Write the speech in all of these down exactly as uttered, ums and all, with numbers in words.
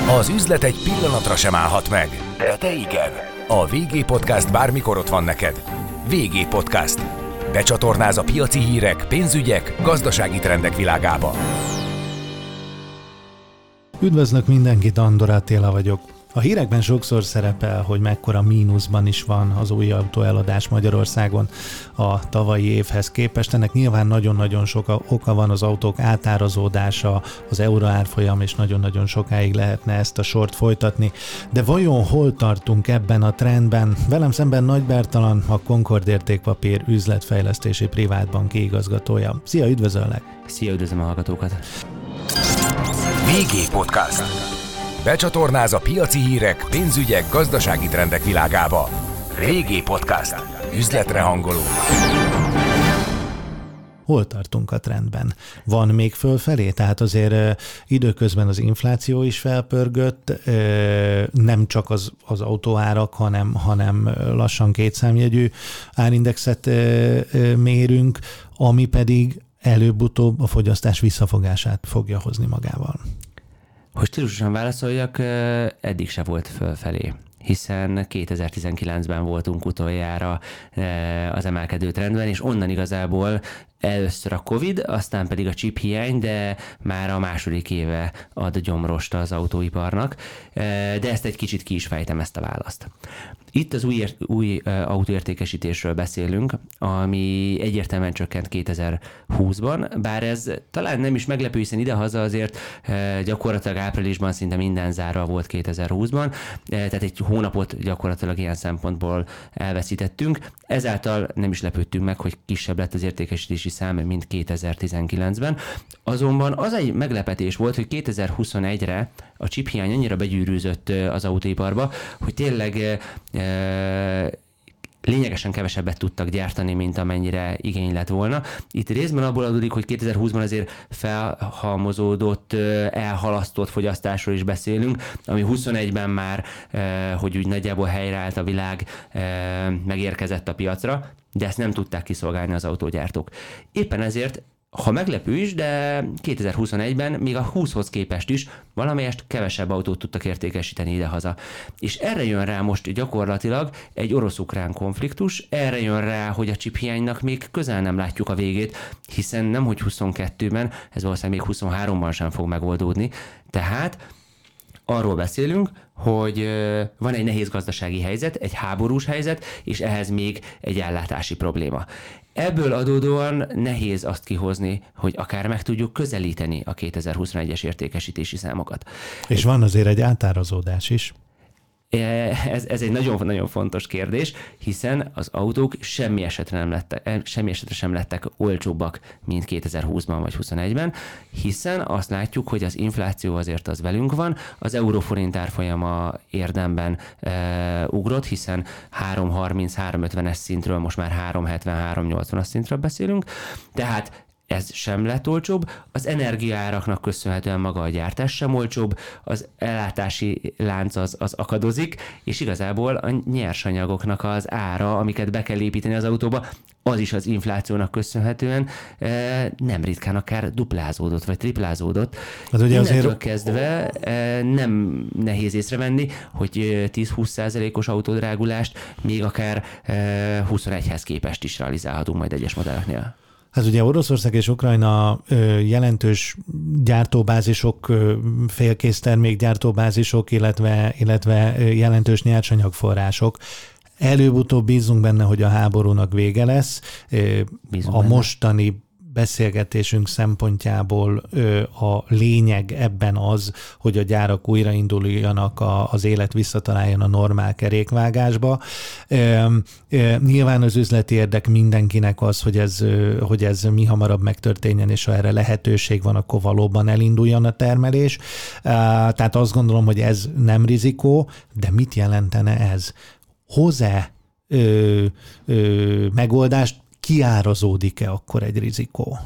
Az üzlet egy pillanatra sem állhat meg, de te igen. A vé gé Podcast bármikor ott van neked. vé gé Podcast. Becsatornáz a piaci hírek, pénzügyek, gazdasági trendek világába. Üdvözlök mindenkit, Andor Attila vagyok. A hírekben sokszor szerepel, hogy mekkora mínuszban is van az új autóeladás Magyarországon a tavalyi évhez képest. Ennek nyilván nagyon-nagyon sok oka van, az autók átárazódása, az euró árfolyam, és nagyon-nagyon sokáig lehetne ezt a sort folytatni. De vajon hol tartunk ebben a trendben? Velem szemben Nagy Bertalan, a Concord Értékpapír üzletfejlesztési privátbanki igazgatója. Szia, üdvözöllek! Szia, üdvözlöm a hallgatókat! vé gé Podcast. Becsatornáz a piaci hírek, pénzügyek, gazdasági trendek világába. vé gé Podcast. Üzletre hangoló. Hol tartunk a trendben? Van még fölfelé? Tehát azért időközben az infláció is felpörgött, nem csak az, az autóárak, hanem, hanem lassan kétszámjegyű árindexet mérünk, ami pedig előbb-utóbb a fogyasztás visszafogását fogja hozni magával. Hogy stílusosan válaszoljak, eddig se volt fölfelé, hiszen kétezer-tizenkilencben voltunk utoljára az emelkedő trendben, és onnan igazából először a Covid, aztán pedig a chip hiány, de már a második éve ad gyomrost az autóiparnak, de ezt egy kicsit ki is fejtem, ezt a választ. Itt az új, új autóértékesítésről beszélünk, ami egyértelműen csökkent kétezer-húszban, bár ez talán nem is meglepő, hiszen idehaza azért gyakorlatilag áprilisban szinte minden zárva volt kétezer-húszban, tehát egy hónapot gyakorlatilag ilyen szempontból elveszítettünk. Ezáltal nem is lepődtünk meg, hogy kisebb lett az értékesítési szám, mint kétezer-tizenkilencben. Azonban az egy meglepetés volt, hogy kétezer-huszonegyre a chip hiány annyira begyűrűzött az autóiparba, hogy tényleg e, lényegesen kevesebbet tudtak gyártani, mint amennyire igény lett volna. Itt részben abból adódik, hogy kétezer-húszban azért felhalmozódott, elhalasztott fogyasztásról is beszélünk, ami huszonegyben már, hogy úgy nagyjából helyreállt a világ, megérkezett a piacra, de ezt nem tudták kiszolgálni az autógyártók. Éppen ezért, ha meglepő is, de kétezer-huszonegyben még a húszhoz képest is valamelyest kevesebb autót tudtak értékesíteni idehaza. És erre jön rá most gyakorlatilag egy orosz-ukrán konfliktus, erre jön rá, hogy a chip hiánynak még közel nem látjuk a végét, hiszen nemhogy huszonkettőben, ez valószínűleg még huszonháromban sem fog megoldódni. Tehát arról beszélünk, hogy van egy nehéz gazdasági helyzet, egy háborús helyzet, és ehhez még egy ellátási probléma. Ebből adódóan nehéz azt kihozni, hogy akár meg tudjuk közelíteni a kétezer-huszonegyes értékesítési számokat. És van azért egy átárazódás is. Ez, ez egy nagyon-nagyon fontos kérdés, hiszen az autók semmi esetre, nem lettek, semmi esetre sem lettek olcsóbbak, mint kétezer-húszban vagy huszonegyben, hiszen azt látjuk, hogy az infláció azért az velünk van, az euróforint árfolyama érdemben e, ugrott, hiszen három harminc három ötvenes szintről most már három hetven három nyolcvanas szintről beszélünk, tehát ez sem lett olcsóbb, az energiaáraknak köszönhetően maga a gyártás sem olcsóbb, az ellátási lánc az, az akadozik, és igazából a nyersanyagoknak az ára, amiket be kell építeni az autóba, az is az inflációnak köszönhetően e, nem ritkán akár duplázódott, vagy triplázódott. Az ugye azért kezdve e, nem nehéz észrevenni, hogy tíz-húsz százalékos autódrágulást még akár e, huszonegyhez képest is realizálhatunk majd egyes modelleknél. Hát ugye Oroszország és Ukrajna jelentős gyártóbázisok, félkész termék gyártóbázisok, illetve, illetve jelentős nyersanyagforrások. Előbb-utóbb bízunk benne, hogy a háborúnak vége lesz. Bízunk a benne. Mostani beszélgetésünk szempontjából a lényeg ebben az, hogy a gyárak újrainduljanak, az élet visszataláljon a normál kerékvágásba. Nyilván az üzleti érdek mindenkinek az, hogy ez, hogy ez mi hamarabb megtörténjen, és ha erre lehetőség van, akkor valóban elinduljon a termelés. Tehát azt gondolom, hogy ez nem rizikó, de mit jelentene ez? Hoz-e ö, ö, megoldást? Kiárazódik-e akkor egy rizikó?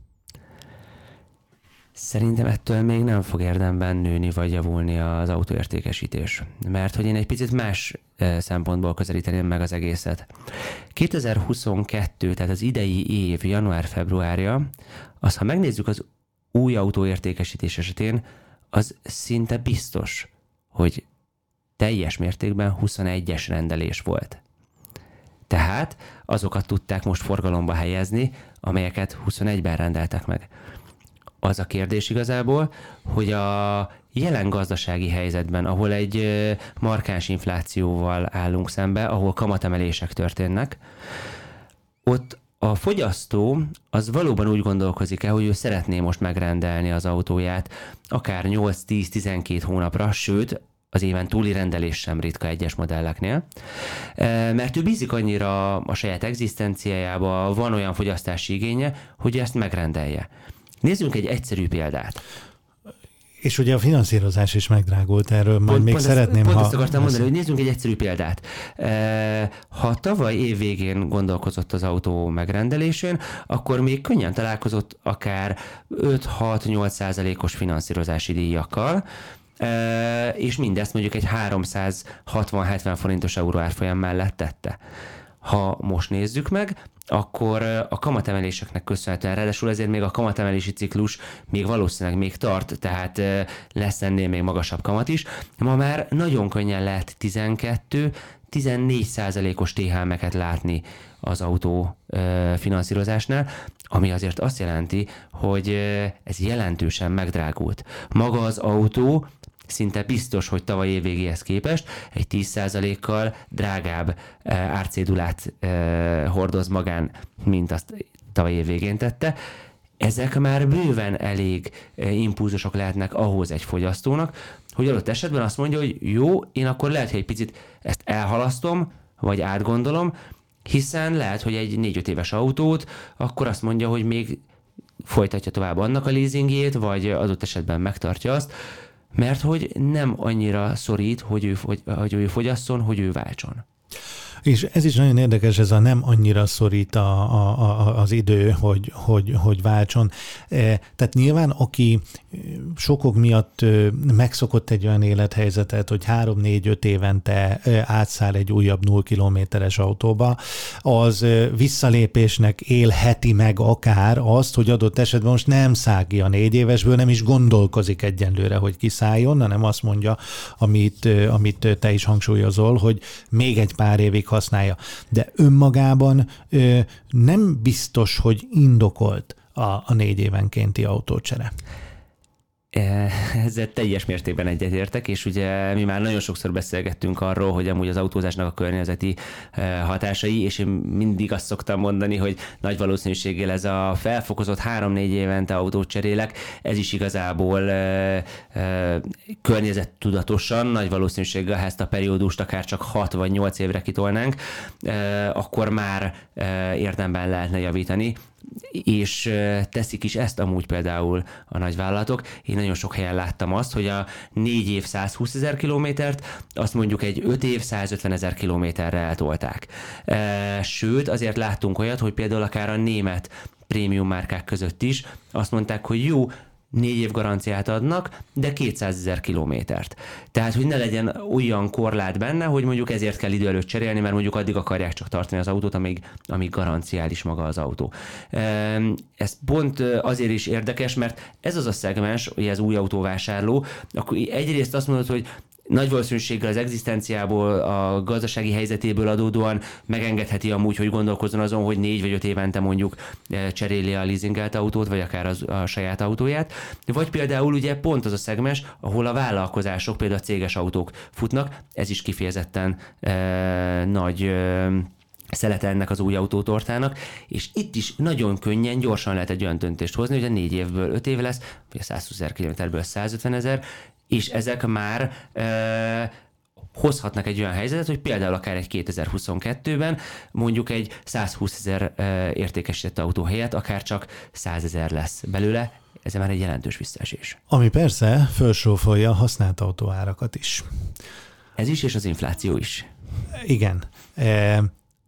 Szerintem ettől még nem fog érdemben nőni vagy javulni az autóértékesítés. Mert hogy én egy picit más szempontból közelíteném meg az egészet. kétezer-huszonkettő, tehát az idei év január-februárja, az ha megnézzük az új autóértékesítés esetén, az szinte biztos, hogy teljes mértékben huszonegyes rendelés volt. Tehát azokat tudták most forgalomba helyezni, amelyeket huszonegyben rendeltek meg. Az a kérdés igazából, hogy a jelen gazdasági helyzetben, ahol egy markáns inflációval állunk szembe, ahol kamatemelések történnek, ott a fogyasztó az valóban úgy gondolkozik-e, hogy ő szeretné most megrendelni az autóját akár nyolc-tíz-tizenkét hónapra, sőt, az éven túli rendelés sem ritka egyes modelleknél, mert ő bízik annyira a saját egzisztenciájába, van olyan fogyasztási igénye, hogy ezt megrendelje. Nézzünk egy egyszerű példát. És ugye a finanszírozás is megdrágult, erről majd pont, még pont szeretném, ezt, ha... Pont ezt akartam mondani, hogy nézzünk egy egyszerű példát. Ha tavaly év végén gondolkozott az autó megrendelésén, akkor még könnyen találkozott akár öt-hat-nyolc százalékos finanszírozási díjakkal, és mindezt mondjuk egy háromszázhatvan-hetven forintos euró árfolyam mellett tette. Ha most nézzük meg, akkor a kamatemeléseknek köszönhetően, ráadásul ezért még a kamatemelési ciklus még valószínűleg még tart, tehát lesz ennél még magasabb kamat is. Ma már nagyon könnyen lehet tizenkettő-tizennégy százalékos té há em-eket látni az autó finanszírozásnál, ami azért azt jelenti, hogy ez jelentősen megdrágult. Maga az autó szinte biztos, hogy tavaly év végéhez képest egy tíz százalékkal drágább árcédulát hordoz magán, mint azt tavaly év végén tette. Ezek már bőven elég impulzusok lehetnek ahhoz egy fogyasztónak, hogy adott esetben azt mondja, hogy jó, én akkor lehet, hogy egy picit ezt elhalasztom, vagy átgondolom, hiszen lehet, hogy egy négy-öt éves autót, akkor azt mondja, hogy még folytatja tovább annak a leasingjét, vagy adott esetben megtartja azt, mert hogy nem annyira szorít, hogy ő, hogy ő fogyasszon, hogy ő váltson. És ez is nagyon érdekes, ez a nem annyira szorít a, a, a, az idő, hogy, hogy, hogy váltson. Tehát nyilván, aki sokok miatt megszokott egy olyan élethelyzetet, hogy három-négy-öt évente átszáll egy újabb null kilométeres autóba, az visszalépésnek élheti meg akár azt, hogy adott esetben most nem száll ki a négy évesből, nem is gondolkozik egyenlőre, hogy kiszálljon, hanem azt mondja, amit, amit te is hangsúlyozol, hogy még egy pár évig használja. De önmagában ö, nem biztos, hogy indokolt a, a négy évenkénti autócsere. Ezzel teljes mértékben egyetértek, és ugye mi már nagyon sokszor beszélgettünk arról, hogy amúgy az autózásnak a környezeti hatásai, és én mindig azt szoktam mondani, hogy nagy valószínűséggel ez a felfokozott három-négy évente autót cserélek, ez is igazából e, e, környezettudatosan, nagy valószínűséggel, ha ezt a periódust akár csak hat vagy nyolc évre kitolnánk, e, akkor már e, érdemben lehetne javítani, és teszik is ezt amúgy például a nagyvállalatok. Én nagyon sok helyen láttam azt, hogy a négy év százhúszezer kilométert, azt mondjuk egy öt év százötvenezer kilométerre eltolták. Sőt, azért láttunk olyat, hogy például akár a német prémium márkák között is azt mondták, hogy jó, négy év garanciát adnak, de kétszázezer kilométert. Tehát, hogy ne legyen olyan korlát benne, hogy mondjuk ezért kell idő előtt cserélni, mert mondjuk addig akarják csak tartani az autót, amíg, amíg garanciális maga az autó. Ez pont azért is érdekes, mert ez az a szegmens, hogy ez új autóvásárló, akkor egyrészt azt mondod, hogy nagy valószínűséggel az egzisztenciából, a gazdasági helyzetéből adódóan megengedheti amúgy, hogy gondolkozzon azon, hogy négy vagy öt évente mondjuk cseréli a leasingelt autót, vagy akár az, a saját autóját. Vagy például ugye pont az a szegmens, ahol a vállalkozások, például a céges autók futnak, ez is kifejezetten e, nagy e, szelete ennek az új autótortának, és itt is nagyon könnyen, gyorsan lehet egy olyan döntést hozni, hogy a négy évből öt év lesz, vagy a százhúszezer kilométerből százötvenezer, és ezek már e, hozhatnak egy olyan helyzetet, hogy például akár egy kétezer-huszonkettőben mondjuk egy százhúszezer e, értékesített autó helyett akár csak százezer lesz belőle, ez már egy jelentős visszaesés. Ami persze felsófolja a használt autóárakat is. Ez is, és az infláció is. Igen. E,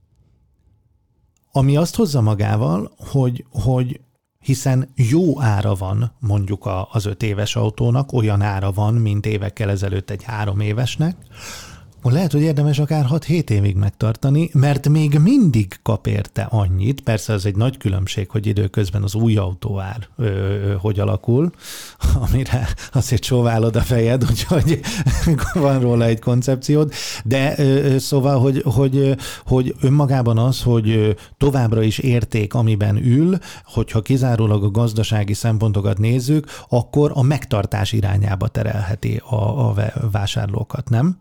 ami azt hozza magával, hogy, hogy hiszen jó ára van mondjuk az öt éves autónak, olyan ára van, mint évekkel ezelőtt egy három évesnek, akkor lehet, hogy érdemes akár hat-hét évig megtartani, mert még mindig kap érte annyit, persze ez egy nagy különbség, hogy időközben az új autóár ö, ö, hogy alakul, amire azért csóválod a fejed, úgyhogy van róla egy koncepciód, de ö, szóval, hogy, hogy, hogy önmagában az, hogy továbbra is érték, amiben ül, hogyha kizárólag a gazdasági szempontokat nézzük, akkor a megtartás irányába terelheti a, a vásárlókat, nem?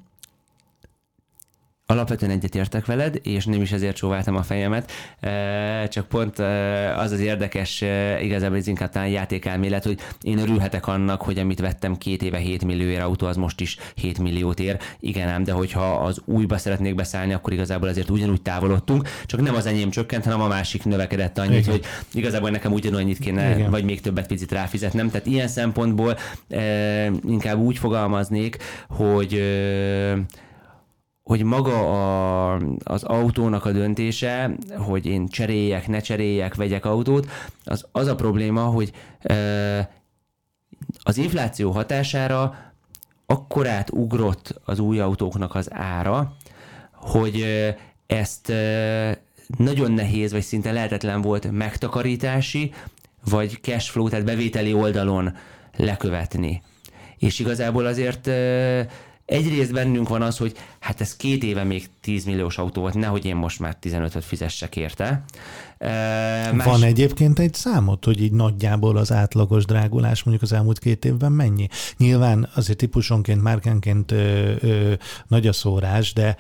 Alapvetően egyetértek veled, és nem is ezért csóváltam a fejemet, csak pont az az érdekes, igazából ez inkább talán játékelmélet, hogy én örülhetek annak, hogy amit vettem két éve hét millióért autó, az most is hét milliót ér. Igen ám, de hogyha az újba szeretnék beszállni, akkor igazából azért ugyanúgy távolodtunk, csak nem az enyém csökkent, hanem a másik növekedett annyit, igen, hogy igazából nekem ugyanannyit kéne, igen, vagy még többet picit ráfizetnem. Tehát ilyen szempontból inkább úgy fogalmaznék, hogy hogy maga a, az autónak a döntése, hogy én cseréljek, ne cseréljek, vegyek autót, az, az a probléma, hogy e, az infláció hatására akkorát ugrott az új autóknak az ára, hogy ezt e, nagyon nehéz, vagy szinte lehetetlen volt megtakarítási, vagy cashflow, tehát bevételi oldalon lekövetni. És igazából azért e, egyrészt bennünk van az, hogy hát ez két éve még tíz milliós autó volt, nehogy én most már tizenötöt fizessek érte. Más... Van egyébként egy számot, hogy így nagyjából az átlagos drágulás mondjuk az elmúlt két évben mennyi? Nyilván azért típusonként, márkánként ö, ö, nagy a szórás, de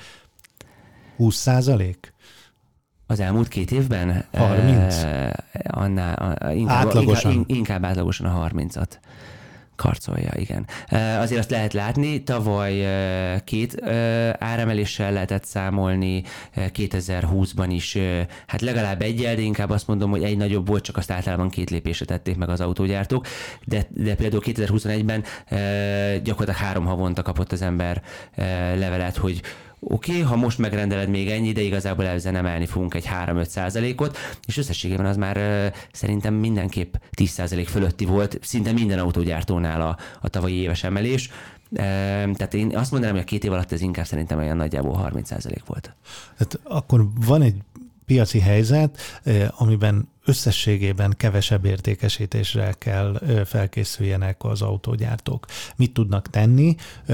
húsz százalék? Az elmúlt két évben? harminc? Uh, annál, uh, inkább, átlagosan? Inkább, inkább átlagosan a harmincat. Karcolja, igen. Azért azt lehet látni, tavaly két áremeléssel lehetett számolni, kétezer-húszban is, hát legalább egyel, de inkább azt mondom, hogy egy nagyobb volt, csak azt általában két lépésre tették meg az autógyártók, de, de például kétezer-huszonegyben gyakorlatilag három havonta kapott az ember levelet, hogy oké, okay, ha most megrendeled még ennyi, de igazából ezzel emelni fogunk egy három-öt százalékot, és összességében az már uh, szerintem mindenképp tíz százalék fölötti volt, szinte minden autógyártónál a, a tavalyi éves emelés. Uh, tehát én azt mondanám, hogy a két év alatt ez inkább szerintem olyan nagyjából harminc százalék volt. Hát akkor van egy piaci helyzet, amiben összességében kevesebb értékesítésre kell felkészüljenek az autógyártók. Mit tudnak tenni?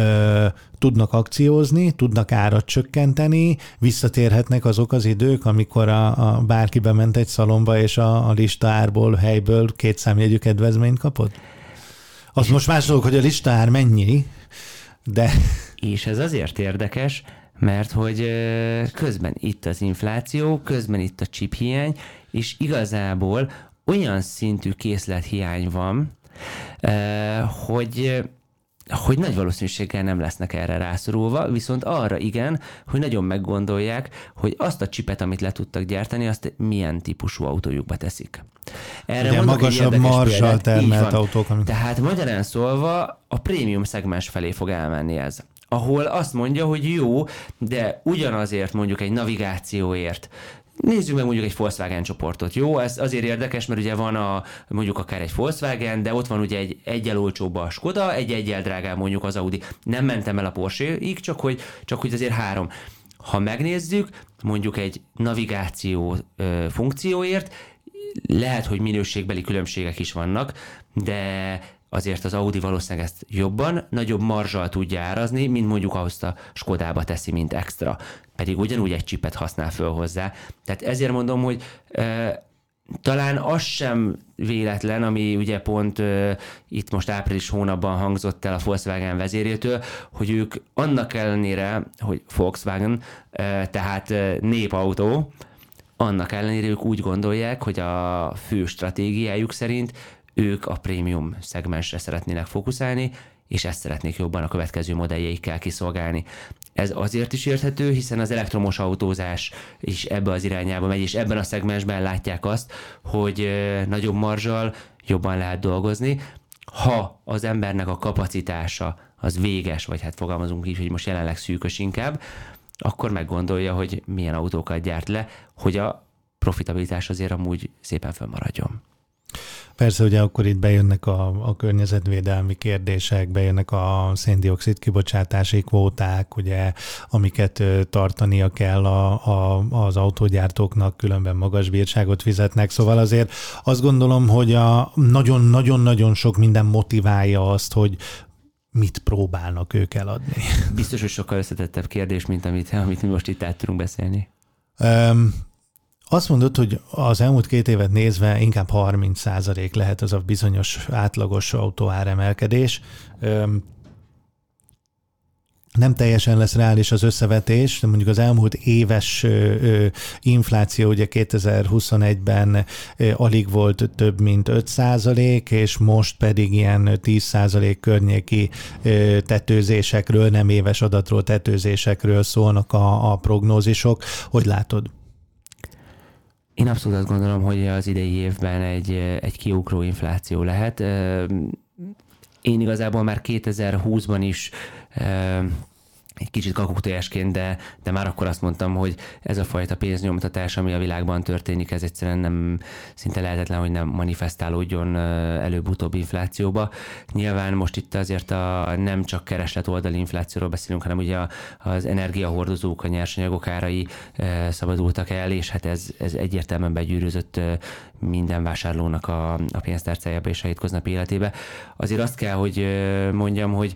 Tudnak akciózni, tudnak árat csökkenteni, visszatérhetnek azok az idők, amikor a, a bárki bement egy szalomba, és a, a lista árból, helyből két számjegyű kedvezményt kapott? Az most más dolog, hogy a lista ár mennyi, de... És ez azért érdekes, mert hogy közben itt az infláció, közben itt a chip hiány, és igazából olyan szintű készlethiány van, hogy, hogy nagy valószínűséggel nem lesznek erre rászorulva, viszont arra igen, hogy nagyon meggondolják, hogy azt a chipet, amit le tudtak gyártani, azt milyen típusú autójukba teszik. Erre ugye magasabb marzsal termelt autók. Amit... Tehát magyarán szólva a prémium szegmens felé fog elmenni ez, ahol azt mondja, hogy jó, de ugyanazért mondjuk egy navigációért, nézzük meg mondjuk egy Volkswagen csoportot, jó? Ez azért érdekes, mert ugye van a, mondjuk akár egy Volkswagen, de ott van ugye egy egyel olcsóbb a Skoda, egy egyel drágább mondjuk az Audi. Nem mentem el a Porsche-ig, csak hogy, csak hogy azért három. Ha megnézzük, mondjuk egy navigáció ö, funkcióért, lehet, hogy minőségbeli különbségek is vannak, de azért az Audi valószínűleg ezt jobban, nagyobb marzsal tudja árazni, mint mondjuk ahhoz a Skodába teszi, mint extra. Pedig ugyanúgy egy csipet használ föl hozzá. Tehát ezért mondom, hogy e, talán az sem véletlen, ami ugye pont e, itt most április hónapban hangzott el a Volkswagen vezérjétől, hogy ők annak ellenére, hogy Volkswagen, e, tehát e, népautó, annak ellenére ők úgy gondolják, hogy a fő stratégiájuk szerint ők a prémium szegmensre szeretnének fókuszálni, és ezt szeretnék jobban a következő modelljeikkel kiszolgálni. Ez azért is érthető, hiszen az elektromos autózás is ebbe az irányába megy, és ebben a szegmensben látják azt, hogy nagyobb marzsal jobban lehet dolgozni. Ha az embernek a kapacitása az véges, vagy hát fogalmazunk így, hogy most jelenleg szűkös inkább, akkor meggondolja, hogy milyen autókat gyárt le, hogy a profitabilitás azért amúgy szépen fönnmaradjon. Persze, ugye akkor itt bejönnek a, a környezetvédelmi kérdések, bejönnek a szén-dioxid kibocsátási kvóták, ugye, amiket tartania kell a, a, az autógyártóknak, különben magas bírságot fizetnek. Szóval azért azt gondolom, hogy a nagyon-nagyon-nagyon sok minden motiválja azt, hogy mit próbálnak ők eladni. Biztos, hogy sokkal összetettebb kérdés, mint amit, amit mi most itt át tudunk beszélni. Um, Azt mondod, hogy az elmúlt két évet nézve inkább harminc százalék lehet az a bizonyos átlagos autóáremelkedés. Nem teljesen lesz reális az összevetés, de mondjuk az elmúlt éves infláció ugye kétezer-huszonegyben alig volt több mint öt százalék, és most pedig ilyen tíz százalék környéki tetőzésekről, nem éves adatról, tetőzésekről szólnak a, a prognózisok. Hogy látod? Én abszolút azt gondolom, hogy az idei évben egy, egy kiugró infláció lehet. Én igazából már kétezer-húszban is egy kicsit kakuktojásként, de, de már akkor azt mondtam, hogy ez a fajta pénznyomtatás, ami a világban történik, ez egyszerűen nem, szinte lehetetlen, hogy nem manifestálódjon előbb-utóbb inflációba. Nyilván most itt azért a, nem csak kereslet oldali inflációról beszélünk, hanem ugye az energiahordozók, a nyersanyagok árai szabadultak el, és hát ez, ez egyértelműen begyűrűzött minden vásárlónak a, a pénztárcájába és a hétköznapi életébe. Azért azt kell, hogy mondjam, hogy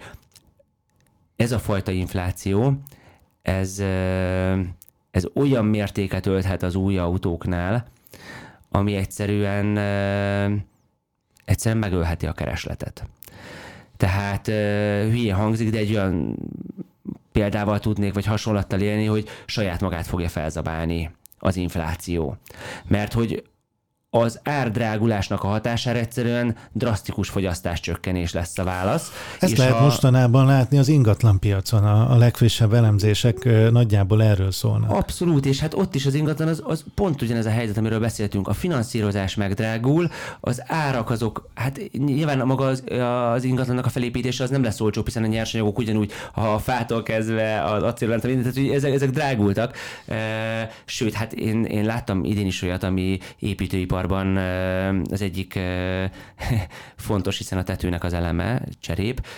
ez a fajta infláció, ez, ez olyan mértéket ölthet az új autóknál, ami egyszerűen, egyszerűen megölheti a keresletet. Tehát hülye hangzik, de egy olyan példával tudnék, vagy hasonlattal élni, hogy saját magát fogja felzabálni az infláció. Mert hogy az árdrágulásnak a hatására egyszerűen drasztikus fogyasztáscsökkenés lesz a válasz. Ezt és lehet a... mostanában látni az ingatlanpiacon. A, a legfrissebb elemzések nagyjából erről szólnak. Abszolút, és hát ott is az ingatlan az, az pont ugyanez a helyzet, amiről beszéltünk. A finanszírozás megdrágul, az árak azok, hát nyilván maga az, az ingatlannak a felépítése az nem lesz olcsó, hiszen a nyersanyagok ugyanúgy a fától kezdve az acél, tehát hogy ezek, ezek drágultak. Sőt, hát én, én láttam idén is olyat, ami építőipar az egyik fontos, hiszen a tetőnek az eleme, cserép,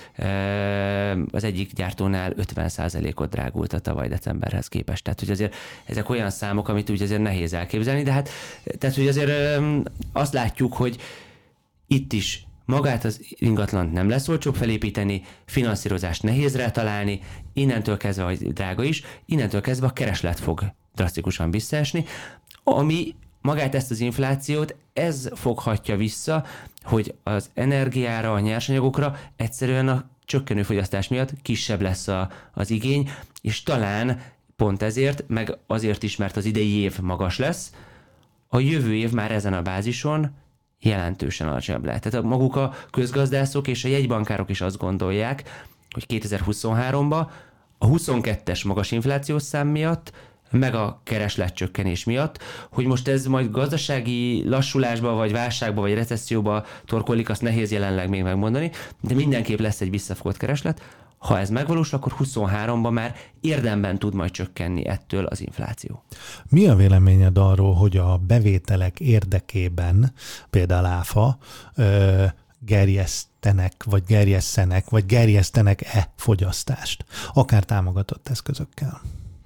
az egyik gyártónál ötven százalékot drágult a tavaly decemberhez képest. Tehát, hogy azért ezek olyan számok, amit úgy azért nehéz elképzelni, de hát tehát, hogy azért azt látjuk, hogy itt is magát az ingatlant nem lesz olcsóbb felépíteni, finanszírozást nehéz rá találni, innentől kezdve, hogy drága is, innentől kezdve a kereslet fog drasztikusan visszaesni, ami magát ezt az inflációt, ez foghatja vissza, hogy az energiára, a nyersanyagokra egyszerűen a csökkenő fogyasztás miatt kisebb lesz a, az igény, és talán pont ezért, meg azért is, mert az idei év magas lesz, a jövő év már ezen a bázison jelentősen alacsonyabb lehet. Tehát maguk a közgazdászok és a jegybankárok is azt gondolják, hogy kétezer-huszonháromban a huszonkettes magas inflációs szám miatt meg a keresletcsökkenés miatt, hogy most ez majd gazdasági lassulásba, vagy válságba, vagy recesszióba torkollik, azt nehéz jelenleg még megmondani, de mindenképp lesz egy visszafogott kereslet. Ha ez megvalósul, akkor huszonháromban már érdemben tud majd csökkenni ettől az infláció. Mi a véleményed arról, hogy a bevételek érdekében, például áfa, ö, gerjesztenek, vagy gerjesszenek, vagy gerjesztenek-e fogyasztást, akár támogatott eszközökkel?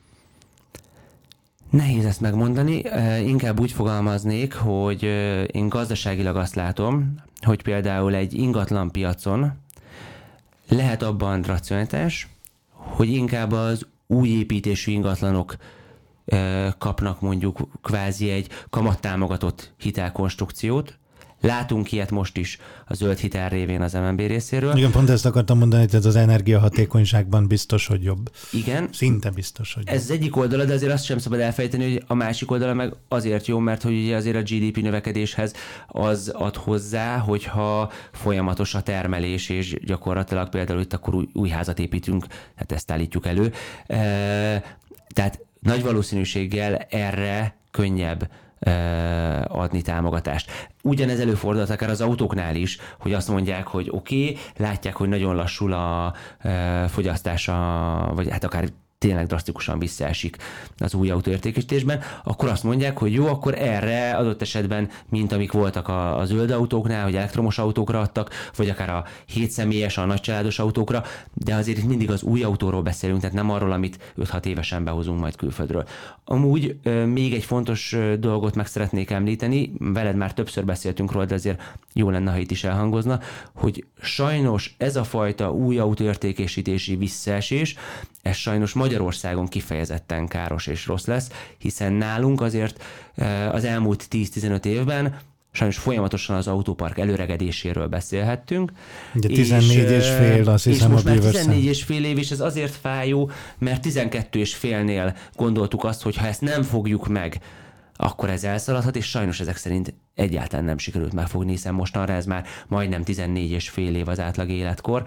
Nehéz ezt megmondani, inkább úgy fogalmaznék, hogy én gazdaságilag azt látom, hogy például egy ingatlan piacon lehet abban racionalitás, hogy inkább az új építésű ingatlanok kapnak mondjuk kvázi egy kamattámogatott hitelkonstrukciót. Látunk ilyet most is a zöld hitel révén az em en bé részéről. Igen, pont ezt akartam mondani, hogy ez az energiahatékonyságban biztos, hogy jobb. Igen. Szinte biztos, hogy jobb. Ez az egyik oldala, de azért azt sem szabad elfejteni, hogy a másik oldala meg azért jó, mert hogy ugye azért a gé dé pé növekedéshez az ad hozzá, hogyha folyamatos a termelés, és gyakorlatilag például itt akkor új, új házat építünk, hát ezt állítjuk elő. E, tehát nagy valószínűséggel erre könnyebb adni támogatást. Ugyanez előfordulhat akár az autóknál is, hogy azt mondják, hogy oké, okay, látják, hogy nagyon lassul a fogyasztása, vagy hát akár tényleg drasztikusan visszaesik az új autóértékesítésben, akkor azt mondják, hogy jó, akkor erre adott esetben, mint amik voltak a, a zöld autóknál, hogy elektromos autókra adtak, vagy akár a hétszemélyes, a nagycsaládos autókra, de azért itt mindig az új autóról beszélünk, tehát nem arról, amit öt-hat évesen behozunk majd külföldről. Amúgy még egy fontos dolgot meg szeretnék említeni, veled már többször beszéltünk róla, de azért jó lenne, ha itt is elhangozna, hogy sajnos ez a fajta új autóértékesítési visszaesés, ez sajnos Magyarországon kifejezetten káros és rossz lesz, hiszen nálunk azért az elmúlt tíz-tizenöt évben sajnos folyamatosan az autópark előregedéséről beszélhettünk. Ugye tizennégy és fél, azt hiszem, és most a már Beaversen. tizennégy és fél év, és ez azért fájó, mert tizenkettő és félnél gondoltuk azt, hogy ha ezt nem fogjuk meg, akkor ez elszaladhat, és sajnos ezek szerint egyáltalán nem sikerült megfogni, hiszen mostanra ez már majdnem tizennégy és fél év az átlag életkor.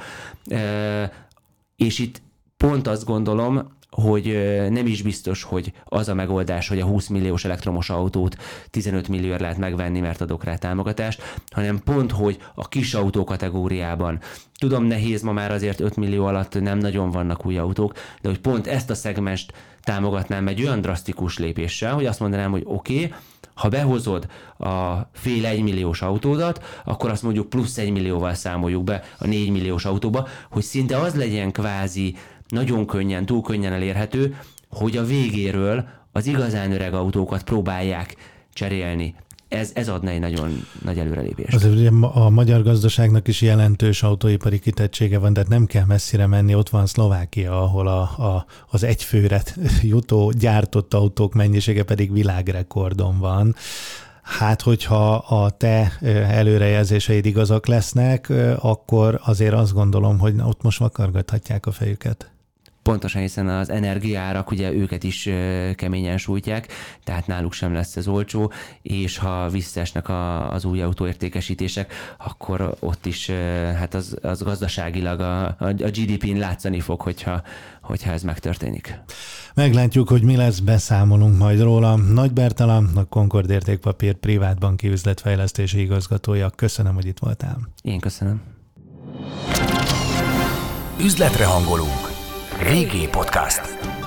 És itt pont azt gondolom, hogy nem is biztos, hogy az a megoldás, hogy a húsz milliós elektromos autót tizenöt millióért lehet megvenni, mert adok rá támogatást, hanem pont, hogy a kis autó kategóriában, tudom, nehéz, ma már azért öt millió alatt nem nagyon vannak új autók, de hogy pont ezt a szegmest támogatnám egy olyan drasztikus lépéssel, hogy azt mondanám, hogy oké, okay, ha behozod a fél egymilliós autódat, akkor azt mondjuk plusz egy millióval számoljuk be a négy milliós autóba, hogy szinte az legyen kvázi nagyon könnyen, túl könnyen elérhető, hogy a végéről az igazán öreg autókat próbálják cserélni. Ez, ez adna egy nagyon nagy előrelépést. Azért ugye a magyar gazdaságnak is jelentős autóipari kitettsége van, de nem kell messzire menni, ott van Szlovákia, ahol a, a, az egyfőre jutó gyártott autók mennyisége pedig világrekordon van. Hát, hogyha a te előrejelzéseid igazak lesznek, akkor azért azt gondolom, hogy ott most vakargathatják a fejüket. Pontosan, hiszen az energiaárak ugye őket is keményen sújtják, tehát náluk sem lesz ez olcsó, és ha visszaesnek a, az új autóértékesítések, akkor ott is hát az, az gazdaságilag a, a gé dé pén látszani fog, hogyha, hogyha ez megtörténik. Meglátjuk, hogy mi lesz, beszámolunk majd róla. Nagy Bertalan, a Concord Értékpapír privátbanki üzletfejlesztési igazgatója. Köszönöm, hogy itt voltál. Én köszönöm. Üzletre hangolunk. vé gé Podcast.